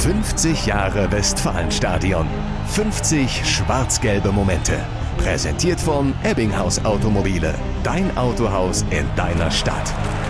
50 Jahre Westfalenstadion. 50 schwarz-gelbe Momente. Präsentiert von Ebbinghaus Automobile. Dein Autohaus in deiner Stadt.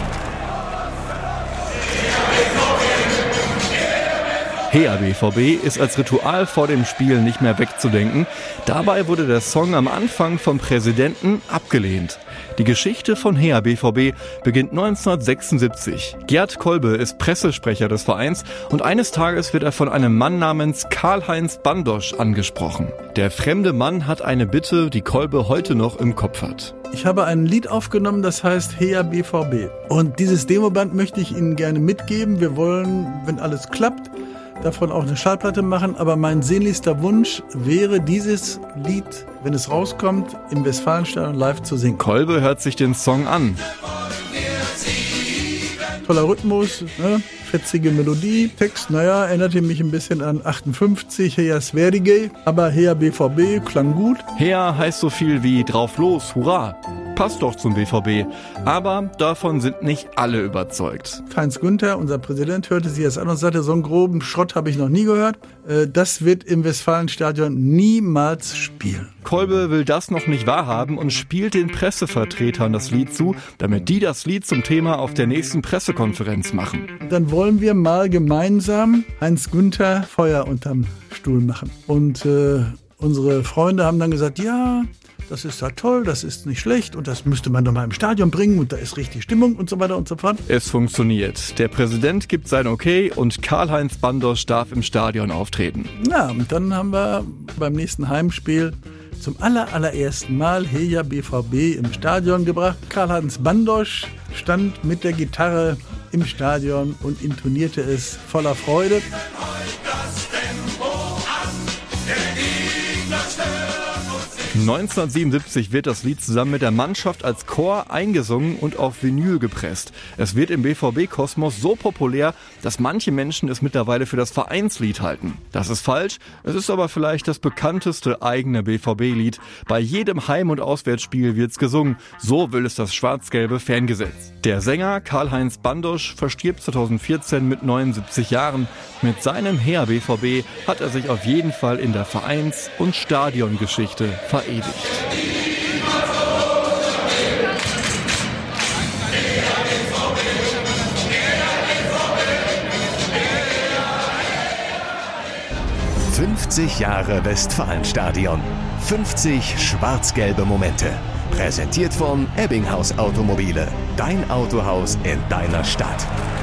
Her BVB ist als Ritual vor dem Spiel nicht mehr wegzudenken. Dabei wurde der Song am Anfang vom Präsidenten abgelehnt. Die Geschichte von Her BVB beginnt 1976. Gerd Kolbe ist Pressesprecher des Vereins und eines Tages wird er von einem Mann namens Karl-Heinz Bandosch angesprochen. Der fremde Mann hat eine Bitte, die Kolbe heute noch im Kopf hat. Ich habe ein Lied aufgenommen, das heißt Her BVB. Und dieses Demoband möchte ich Ihnen gerne mitgeben. Wir wollen, wenn alles klappt, davon auch eine Schallplatte machen, aber mein sehnlichster Wunsch wäre, dieses Lied, wenn es rauskommt, im Westfalenstadion live zu singen. Kolbe hört sich den Song an. Toller Rhythmus, ne? Fetzige Melodie, Text, erinnerte mich ein bisschen an 58, Her Sverige, aber Her BVB klang gut. Her heißt so viel wie drauf los, hurra. Passt doch zum BVB. Aber davon sind nicht alle überzeugt. Heinz Günther, unser Präsident, hörte sich das an und sagte, so einen groben Schrott habe ich noch nie gehört. Das wird im Westfalenstadion niemals spielen. Kolbe will das noch nicht wahrhaben und spielt den Pressevertretern das Lied zu, damit die das Lied zum Thema auf der nächsten Pressekonferenz machen. Dann wollen wir mal gemeinsam Heinz Günther Feuer unterm Stuhl machen. Und unsere Freunde haben dann gesagt, ja, das ist ja toll, das ist nicht schlecht und das müsste man doch mal im Stadion bringen und da ist richtig Stimmung und so weiter und so fort. Es funktioniert. Der Präsident gibt sein Okay und Karl-Heinz Bandosch darf im Stadion auftreten. Ja, und dann haben wir beim nächsten Heimspiel zum allerersten Mal Her BVB im Stadion gebracht. Karl-Heinz Bandosch stand mit der Gitarre im Stadion und intonierte es voller Freude. 1977 wird das Lied zusammen mit der Mannschaft als Chor eingesungen und auf Vinyl gepresst. Es wird im BVB-Kosmos so populär, dass manche Menschen es mittlerweile für das Vereinslied halten. Das ist falsch, es ist aber vielleicht das bekannteste eigene BVB-Lied. Bei jedem Heim- und Auswärtsspiel wird's gesungen. So will es das schwarz-gelbe Fangesetz. Der Sänger Karl-Heinz Bandosch verstirbt 2014 mit 79 Jahren. Mit seinem Her BVB hat er sich auf jeden Fall in der Vereins- und Stadiongeschichte verewigt. 50 Jahre Westfalenstadion. 50 schwarz-gelbe Momente. Präsentiert von Ebbinghaus Automobile. Dein Autohaus in deiner Stadt.